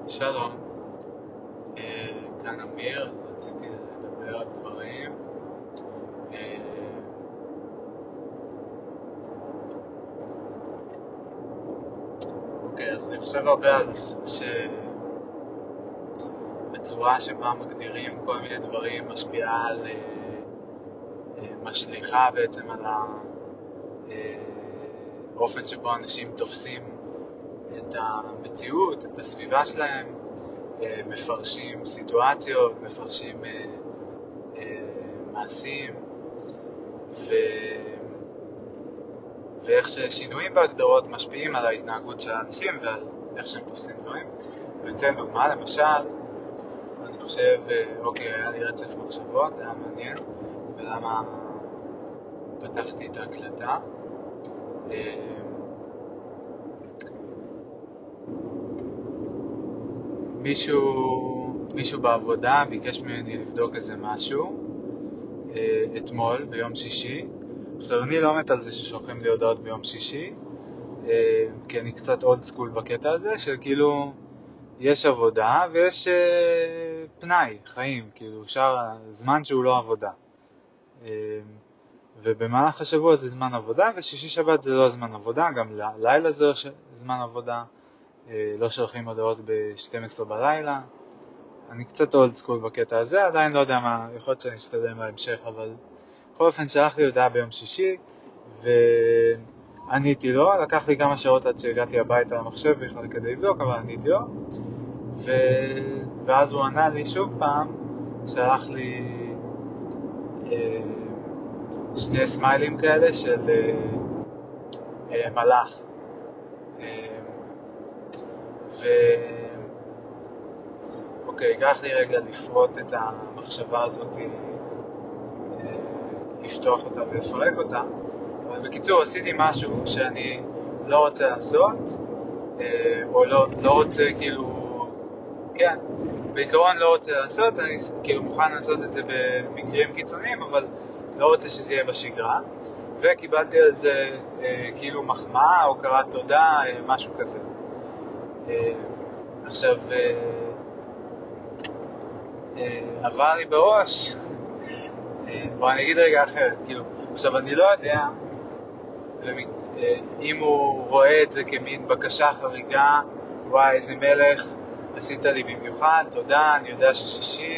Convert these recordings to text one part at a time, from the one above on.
שלום, כאן אמיר, אז רציתי לדבר על דברים. אה, אוקיי, אז אני חושב הרבה על שבצורה שבה מגדירים כל מיני דברים משפיעה על, משליכה בעצם על האופן שבו אנשים תופסים את המציאות, את הסביבה שלהם, מפרשים סיטואציות, מפרשים מעשים, ו... ואיך ששינויים בהגדרות משפיעים על ההתנהגות של האנשים ועל איך שהם תופסים דברים. וניתן דוגמה, למשל, אני חושב, אוקיי, היה לי רצף מחשבות, זה היה מעניין, ולמה פתחתי את ההקלטה. מישהו בעבודה ביקש ממני לבדוק איזה משהו אתמול, ביום שישי. עכשיו, אני לא מת על זה ששולחים לי הודעות ביום שישי, כי אני קצת אולד סקול בקטע הזה, של כאילו, יש עבודה ויש פנאי, חיים, כאילו, זמן שהוא לא עבודה. ובמהלך השבוע זה זמן עבודה, ושישי שבת זה לא זמן עבודה, גם לילה זה לא זמן עבודה, לא שולחים הודעות ב-12 בלילה. אני קצת אולד סקול בקטע הזה, עדיין לא יודע מה, יכול להיות שאני אשתדל בהמשך, אבל בכל אופן שלח לי הודעה ביום שישי, ועניתי לו, לקח לי כמה שעות עד שהגעתי הביתה למחשב בכלל כדי לבדוק, אבל עניתי לו, ואז הוא ענה לי שוב פעם, שלח לי שני סמיילים כאלה של מלאך. אוקיי, ייקח לי רגע לפרוט את המחשבה הזאת, לפתוח אותה ולפרק אותה, אבל בקיצור עשיתי משהו שאני לא רוצה לעשות, או לא רוצה כאילו, כן, בעיקרון לא רוצה לעשות, אני כאילו מוכן לעשות את זה במקרים קיצוניים, אבל לא רוצה שזה יהיה בשגרה, וקיבלתי על זה כאילו מחמאה או קראת תודה, משהו כזה. עכשיו, עבר לי בראש, בוא אני אגיד רגע אחרת, כאילו, עכשיו אני לא יודע אם הוא רואה את זה כמין בקשה חריגה, וואי איזה מלך, עשית לי במיוחד, תודה, אני יודע ששישי,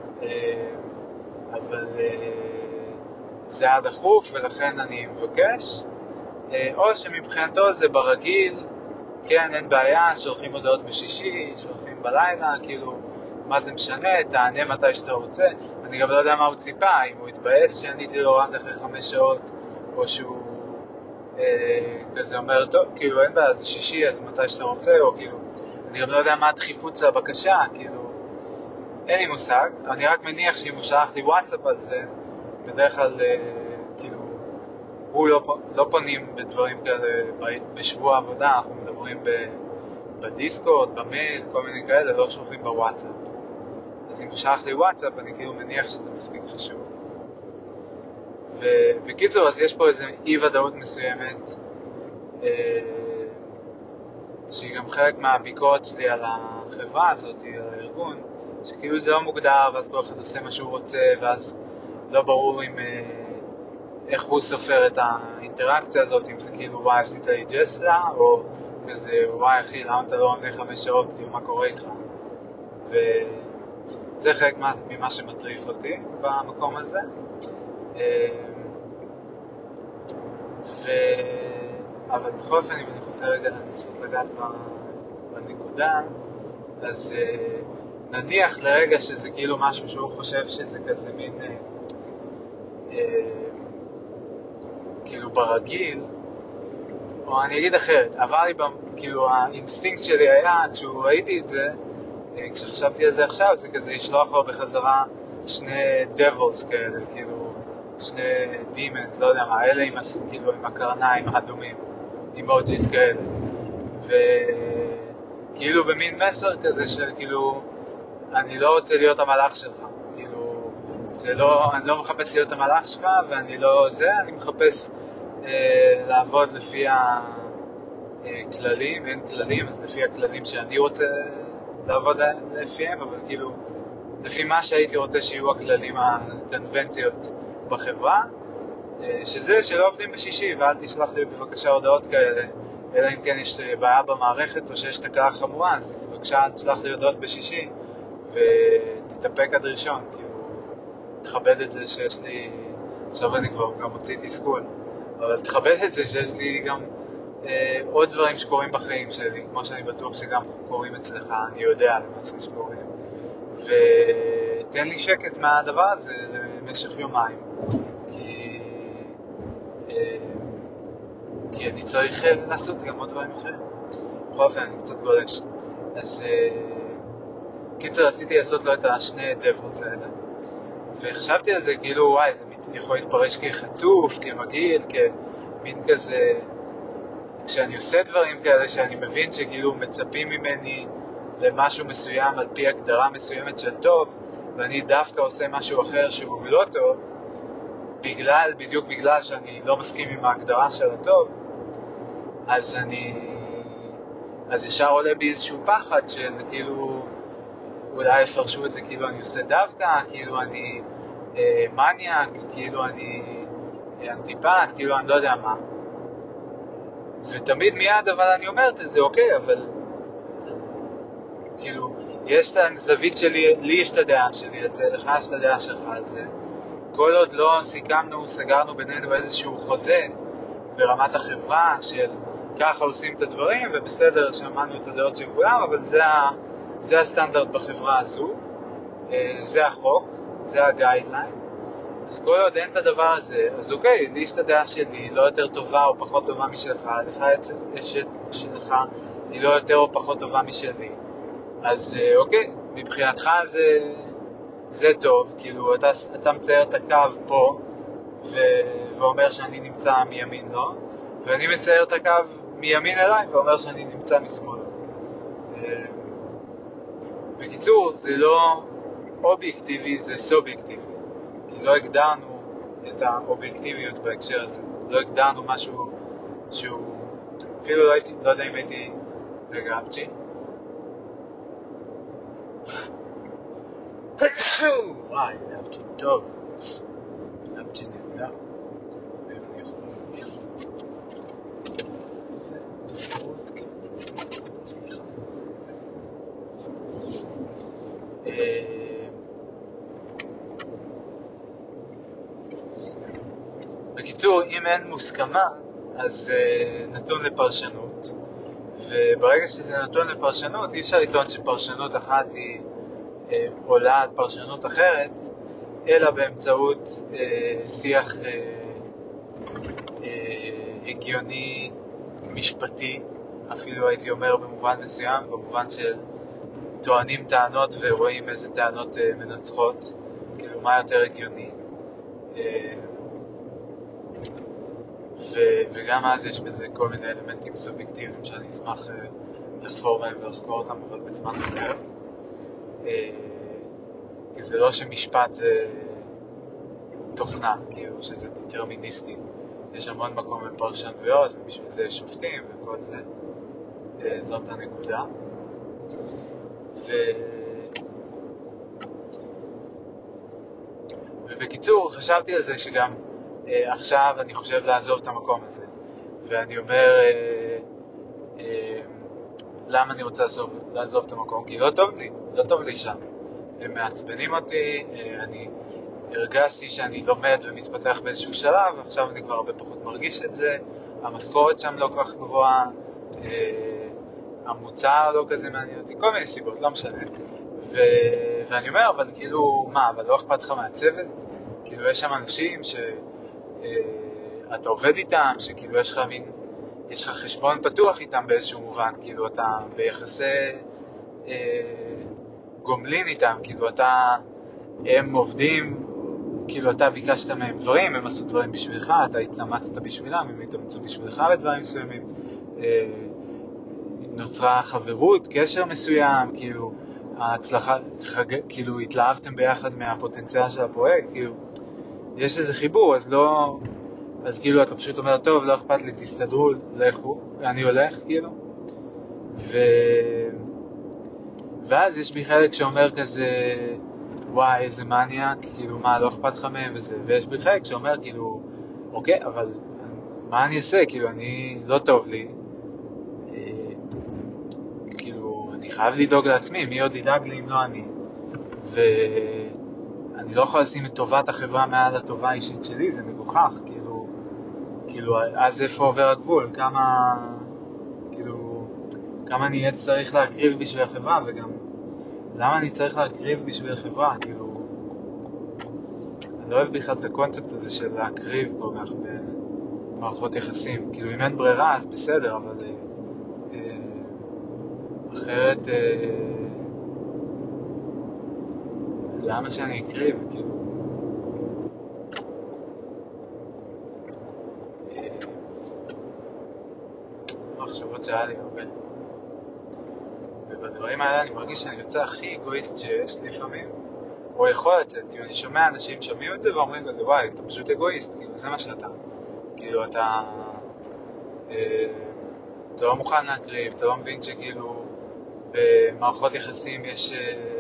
אבל זה היה דחוף ולכן אני מבקש, או שמבחינתו זה ברגיל, כן, אין בעיה, שולחים הודעות בשישי, שולחים בלילה, כאילו, מה זה משנה, תענה מתי שאתה רוצה. אני גם לא יודע מה הוא ציפה, אם הוא התבאס שעניתי לו רק אחרי 5 שעות, או שהוא כזה אומר, טוב, כאילו, אין בעיה, זה שישי, אז מתי שאתה רוצה, או כאילו, אני גם לא יודע מה הדחיפות של הבקשה, כאילו, אין לי מושג. אני רק מניח שאם הוא שלח לי וואטסאפ על זה, בדרך כלל, כאילו, הוא לא פונים בדברים כאלה בשבוע עבודה, אנחנו מדברים בדיסקורד, במייל, כל מיני כאלה, לא שולחים בוואטסאפ. אז אם הוא שלח לי וואטסאפ, אני כאילו מניח שזה מספיק חשוב. ובקיצור, אז יש פה איזו אי-ודאות מסוימת, שהיא גם חלק מהביקורת שלי על החברה הזאת, על הארגון, שכאילו זה לא מוגדר, ואז כל אחד עושה מה שהוא רוצה, ואז לא ברור אם איך הוא סופר את האינטראקציה הזאת, אם זה כאילו וואי עשית לי ג'סלה, או כזה וואי אחי למה אתה לא עונה 5 שעות, כאילו מה קורה איתך. וזה חלק ממה שמטריף אותי במקום הזה. אבל בכל אופן אם אני חוזר רגע לנסות לגעת בנקודה, אז נניח לרגע שזה כאילו משהו שהוא חושב שזה כזה מין כאילו ברגיל, או אני אגיד אחרת, עבר לי, כאילו האינסטינקט שלי היה, כשהוא ראיתי את זה, כשחשבתי על זה עכשיו, זה כזה לשלוח לו בחזרה שני devils כאלה, כאילו שני demons, לא יודע מה, אלה כאילו עם הקרניים האדומים, אימוג'יס כאלה, וכאילו במין מסר כזה של כאילו, אני לא רוצה להיות המלאך שלך, כאילו, זה לא, אני לא מחפש להיות המלאך שלך, ואני לא זה, אני מחפש לעבוד לפי הכללים, אין כללים, אז לפי הכללים שאני רוצה לעבוד לפיהם, אבל כאילו, לפי מה שהייתי רוצה שיהיו הכללים הקונבנציות בחברה, שזה שלא עובדים בשישי, ואל תשלח לי בבקשה הודעות כאלה, אלא אם כן יש בעיה במערכת או שיש תקלה חמורה, אז בבקשה תשלח לי הודעות בשישי ותתאפק עד ראשון, כאילו, תכבד את זה שיש לי, עכשיו אני כבר גם מוציא תסכול, אבל תכבד את זה שיש לי גם עוד דברים שקורים בחיים שלי, כמו שאני בטוח שגם קורים אצלך, אני יודע למעשה שקורים, ותן לי שקט מהדבר הזה למשך יומיים, כי אני צריך לעשות גם עוד דברים אחרים. בכל אופן, אני קצת גולש. אז קיצר, רציתי לעשות לו את השני דברוס האלה, וחשבתי על זה כאילו, וואי, זה יכול להתפרש כחצוף, כמגעיל, כמין כזה, כשאני עושה דברים כאלה שאני מבין שכאילו מצפים ממני למשהו מסוים על פי הגדרה מסוימת של טוב, ואני דווקא עושה משהו אחר שהוא לא טוב, בדיוק בגלל שאני לא מסכים עם ההגדרה של הטוב, אז ישר עולה בי איזשהו פחד של כאילו, אולי יפרשו את זה כאילו אני עושה דווקא, כאילו אני מניאק, כאילו אני אנטיפט, כאילו אני לא יודע מה. ותמיד מיד אבל אני אומרת את זה, אוקיי, אבל כאילו, יש את הזווית שלי, לי יש את הדעה שלי על זה, לך יש את הדעה שלך על זה. כל עוד לא סגרנו בינינו איזשהו חוזה ברמת החברה של ככה עושים את הדברים, ובסדר, שמענו את הדעות של כולם, אבל זה הסטנדרט בחברה הזו, זה החוק, זה הגיידליין. אז כל עוד אין את הדבר הזה, אז אוקיי, לי יש את הדעה שלי, לא יותר טובה או פחות טובה משלך, לך יש את שלך, היא לא יותר או פחות טובה משלי. אז אוקיי, מבחינתך זה טוב, כאילו אתה מצייר את הקו פה, ואומר שאני נמצא מימין לא, ואני מצייר את הקו מימין אליי ואומר שאני נמצא משמאל. בקיצור, זה לא אובייקטיבי, זה סובייקטיבי. כי לא הגדרנו את האובייקטיביות בהקשר הזה. לא הגדרנו משהו שהוא... אפילו לא יודע אם הייתי... רגע, אפצ'י. וואי, אפצ'י טוב. אפצ'י נהדר. זה דפקות, כן. סליחה. בקיצור, אם אין מוסכמה, אז נתון לפרשנות, וברגע שזה נתון לפרשנות, אי אפשר לטעון שפרשנות אחת היא עולה על פרשנות אחרת, אלא באמצעות שיח הגיוני, משפטי, אפילו הייתי אומר במובן מסוים, במובן של טוענים טענות ורואים איזה טענות מנצחות, כאילו מה יותר הגיוני. וגם אז יש בזה כל מיני אלמנטים סובייקטיביים שאני אשמח לחפור בהם ולחקור אותם, אבל בזמן אחר. כי זה לא שמשפט זה תוכנה, כאילו שזה דטרמיניסטי. יש המון מקום לפרשנויות, ובשביל זה יש שופטים וכל זה. זאת הנקודה. ובקיצור, חשבתי על זה שגם עכשיו אני חושב לעזוב את המקום הזה. ואני אומר, למה אני רוצה לעזוב את המקום? כי לא טוב לי שם. הם מעצבנים אותי, אני הרגשתי שאני לומד ומתפתח באיזשהו שלב, עכשיו אני כבר הרבה פחות מרגיש את זה, המשכורת שם לא כל כך גבוהה, המוצר לא כזה מעניין אותי, כל מיני סיבות, לא משנה. ואני אומר, אבל כאילו, מה, אבל לא אכפת לך מהצוות? כאילו יש שם אנשים שאתה עובד איתם, שכאילו יש לך חשבון פתוח איתם באיזשהו מובן, כאילו אתה ביחסי גומלין איתם, כאילו הם עובדים, כאילו אתה ביקשת מהם דברים, הם עשו דברים בשבילך, אתה התאמצת בשבילם, הם התאמצו בשבילך בדברים מסוימים, נוצרה חברות, קשר מסוים, כאילו ההצלחה, כאילו התלהבתם ביחד מהפוטנציאל של הפרויקט, כאילו יש איזה חיבור, אז כאילו אתה פשוט אומר, טוב, לא אכפת לי, תסתדרו, לכו, אני הולך, כאילו. ואז יש בי חלק שאומר כזה, וואי, איזה מניאק, כאילו, מה, לא אכפת לך מהם וזה, ויש בי חלק שאומר, כאילו, אוקיי, אבל מה אני אעשה? כאילו, אני, לא טוב לי, כאילו, אני חייב לדאוג לעצמי, מי עוד ידאג לי אם לא אני? ואני לא יכול לשים את טובת החברה מעל הטובה האישית שלי, זה מגוחך, כאילו, אז איפה עובר הגבול? כאילו, כמה אני אהיה צריך להקריב בשביל החברה, וגם, למה אני צריך להקריב בשביל החברה? כאילו, אני לא אוהב בכלל את הקונספט הזה של להקריב כל כך במערכות יחסים. כאילו, אם אין ברירה, אז בסדר, אבל אה, אחרת, למה שאני אקריב? כאילו, מחשבות שהיה לי הרבה. ובדברים האלה אני מרגיש שאני יוצא הכי אגואיסט שיש לפעמים, או יכול לצאת, כאילו אני שומע אנשים שומעים את זה ואומרים כזה, וואי, אתה פשוט אגואיסט, כאילו זה מה שאתה. כאילו אה, אתה לא מוכן להקריב, אתה לא מבין שכאילו במערכות יחסים יש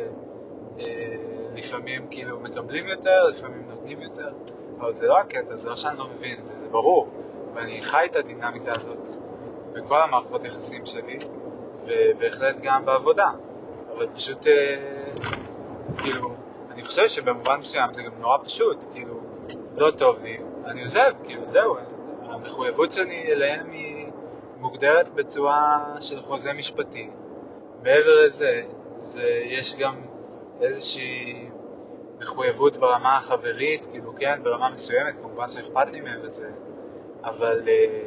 לפעמים כאילו מקבלים יותר, לפעמים נותנים יותר, אבל זה לא הקטע, זה לא שאני לא מבין, זה ברור, ואני חי את הדינמיקה הזאת בכל המערכות יחסים שלי, ובהחלט גם בעבודה, אבל פשוט כאילו, אני חושב שבמובן מסוים זה גם נורא פשוט, כאילו, לא טוב לי, אני עוזב, כאילו, זהו, המחויבות שלי אליהם היא מוגדרת בצורה של חוזה משפטי. מעבר לזה, יש גם איזושהי מחויבות ברמה החברית, כאילו, כן, ברמה מסוימת, כמובן שאכפת לי מהם וזה, אבל,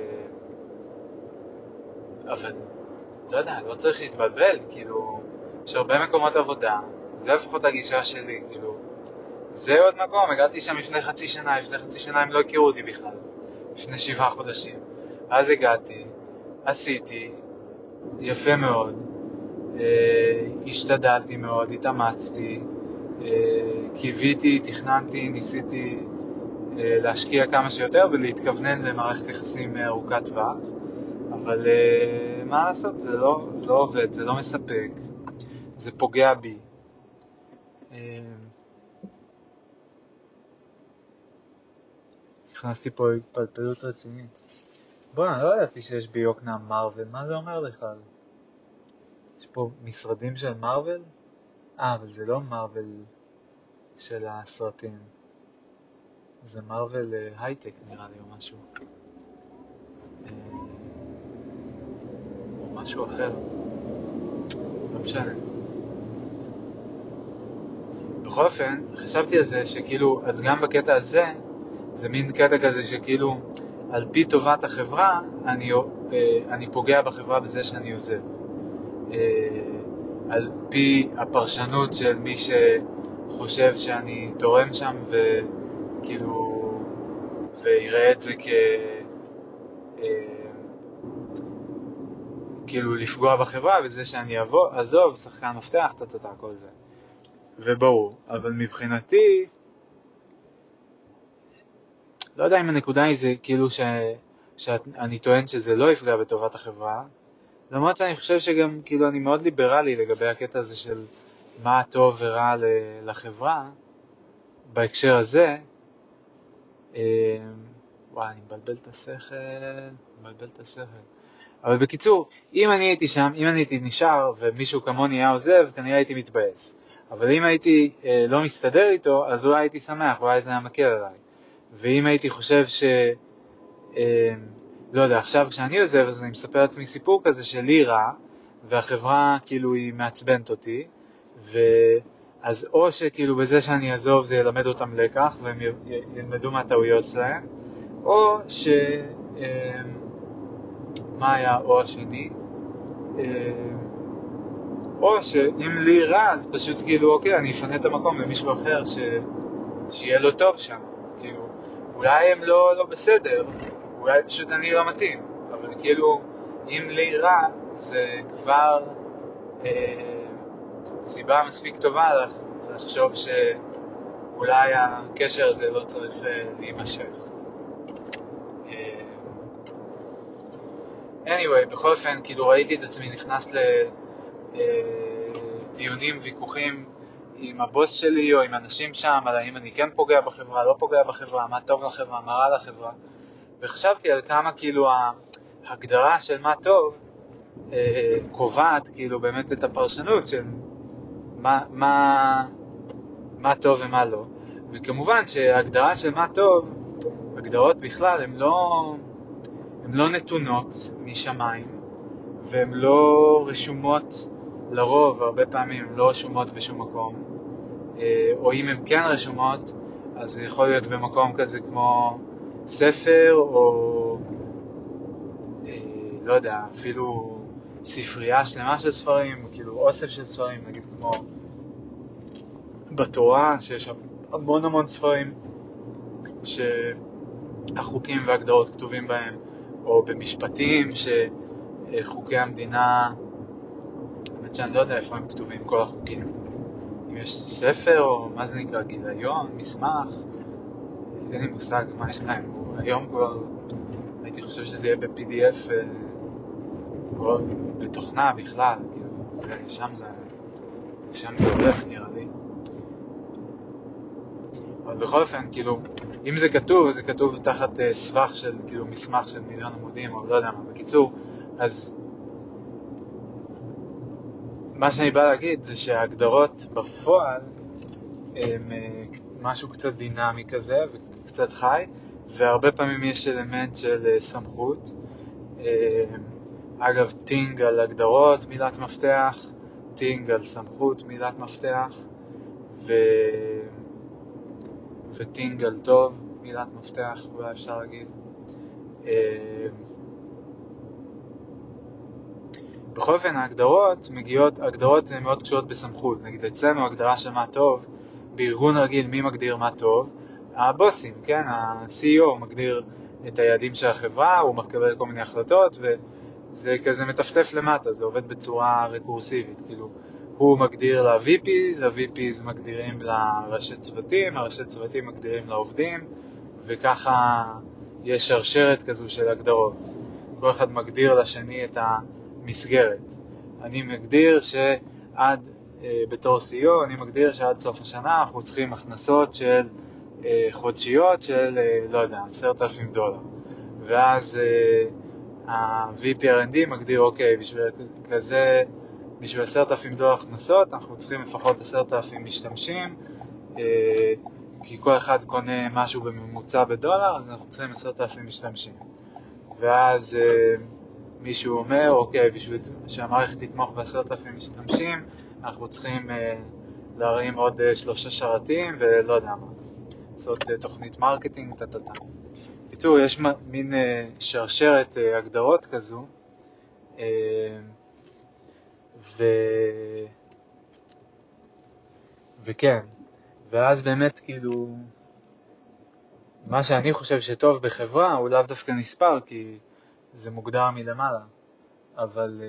אבל, לא יודע, לא צריך להתבלבל, כאילו, יש הרבה מקומות עבודה, זה לפחות הגישה שלי, כאילו, זה עוד מקום, הגעתי שם לפני חצי שנה הם לא הכירו אותי בכלל, לפני 7 חודשים. אז הגעתי, עשיתי, יפה מאוד, השתדלתי מאוד, התאמצתי, קיוויתי, תכננתי, ניסיתי להשקיע כמה שיותר ולהתכוונן למערכת יחסים ארוכת טווח, אבל מה לעשות, זה לא עובד, זה לא מספק, זה פוגע בי. הכנסתי פה התפלפלות רצינית. אני לא ידעתי שיש ביוקנעם מרוול, מה זה אומר בכלל? יש פה משרדים של מרוול? אבל זה לא מרוול של הסרטים. זה מרוול הייטק נראה לי או משהו. או משהו אחר. לא משנה. בכל אופן, חשבתי על זה שכאילו, אז גם בקטע הזה, זה מין קטע כזה שכאילו, על פי טובת החברה, אני פוגע בחברה בזה שאני עוזב. על פי הפרשנות של מי שחושב שאני תורם שם וכאילו ויראה את זה כאילו לפגוע בחברה בזה שאני עזוב, שחקן מפתח, כל זה. וברור, אבל מבחינתי לא יודע אם הנקודה היא זה כאילו שאני טוען שזה לא יפגע בטובת החברה, למרות שאני חושב שגם כאילו אני מאוד ליברלי לגבי הקטע הזה של מה טוב ורע לחברה בהקשר הזה. וואי, אני מבלבל את השכל. אבל בקיצור, אם אני הייתי שם, אם אני הייתי נשאר ומישהו כמוני היה עוזב, כנראה הייתי מתבאס. אבל אם הייתי לא מסתדר איתו, אז אולי הייתי שמח, אולי זה היה מקל עליי. ואם הייתי חושב לא יודע, עכשיו כשאני עוזב, אז אני מספר לעצמי סיפור כזה שלי רע, והחברה כאילו היא מעצבנת אותי, אז או שכאילו בזה שאני אעזוב זה ילמד אותם לקח, והם ילמדו מהטעויות שלהם, או מה היה או השני? או שאם לי רע, אז פשוט כאילו, אוקיי, אני אפנה את המקום למישהו אחר שיהיה לו טוב שם. כאילו, אולי הם לא בסדר, אולי פשוט אני לא מתאים, אבל כאילו, אם לי רע, זה כבר סיבה מספיק טובה לחשוב שאולי הקשר הזה לא צריך להימשך. anyway, בכל אופן, כאילו ראיתי את עצמי נכנס דיונים, ויכוחים עם הבוס שלי או עם אנשים שם, על האם אני כן פוגע בחברה, לא פוגע בחברה, מה טוב לחברה, מה רע לחברה. וחשבתי על כמה כאילו ההגדרה של מה טוב קובעת כאילו באמת את הפרשנות של מה טוב ומה לא. וכמובן שההגדרה של מה טוב, הגדרות בכלל, הן לא נתונות משמיים, והן לא רשומות לרוב, הרבה פעמים הן לא רשומות בשום מקום, או אם הן כן רשומות, אז זה יכול להיות במקום כזה כמו ספר, או לא יודע, אפילו ספרייה שלמה של ספרים, כאילו אוסף של ספרים, נגיד כמו בתורה, שיש המון ספרים שהחוקים והגדרות כתובים בהם, או במשפטים שחוקי המדינה, באמת שאני לא יודע איפה הם כתובים כל החוקים, אם יש ספר או מה זה נקרא, גיליון, מסמך, אין לי מושג מה יש להם. היום כבר הייתי חושב שזה יהיה ב-PDF או בתוכנה בכלל, כאילו שם זה הולך נראה לי. אבל בכל אופן, כאילו, אם זה כתוב, אז זה כתוב תחת סבך של, כאילו, מסמך של 1,000,000 עמודים, או לא יודע מה. בקיצור, אז מה שאני בא להגיד זה שההגדרות בפועל הם משהו קצת דינמי כזה, וקצת חי, והרבה פעמים יש אלמנט של סמכות. אגב, טינג על הגדרות, מילת מפתח, טינג על סמכות, מילת מפתח, וטינג על טוב, מילת מפתח, אולי אפשר להגיד. בכל אופן, ההגדרות הן מאוד קשורות בסמכות. נגיד, אצלנו הגדרה של מה טוב, בארגון רגיל, מי מגדיר מה טוב? הבוסים, כן? ה-CEO מגדיר את היעדים של החברה, הוא מקבל כל מיני החלטות, וזה כזה מטפטף למטה, זה עובד בצורה רקורסיבית. כאילו, הוא מגדיר ל-VPs, ה-VPs מגדירים לראשי צוותים, הראשי צוותים מגדירים לעובדים, וככה יש שרשרת כזו של הגדרות. כל אחד מגדיר לשני את המסגרת. אני מגדיר שעד, בתור CEO, אני מגדיר שעד סוף השנה אנחנו צריכים הכנסות של חודשיות של, לא יודע, $10,000. ואז ה-VP R&D מגדיר, אוקיי, בשביל $10,000 הכנסות, אנחנו צריכים לפחות 10,000 משתמשים, כי כל אחד קונה משהו בממוצע בדולר, אז אנחנו צריכים 10,000 משתמשים. ואז מישהו אומר, אוקיי, בשביל שהמערכת תתמוך ב10,000 משתמשים, אנחנו צריכים להרים עוד 3 שרתים, ולא יודע מה. לעשות תוכנית מרקטינג, קיצור, יש מין שרשרת הגדרות כזו, וכן, ואז באמת כאילו, מה שאני חושב שטוב בחברה הוא לאו דווקא נספר, כי זה מוגדר מלמעלה. אבל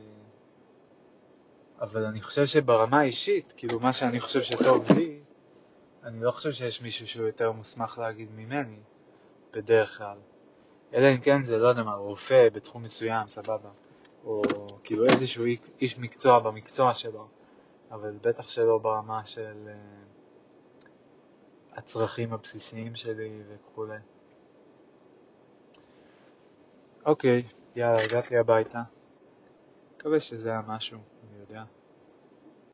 אני חושב שברמה האישית, כאילו מה שאני חושב שטוב לי, אני לא חושב שיש מישהו שהוא יותר מוסמך להגיד ממני, בדרך כלל. אלא אם כן זה, לא יודע מה, רופא בתחום מסוים, סבבה. או כאילו איזשהו איש מקצוע במקצוע שלו, אבל בטח שלא ברמה של הצרכים הבסיסיים שלי וכו'. אוקיי, יאללה, הגעתי הביתה. מקווה שזה היה משהו, אני יודע.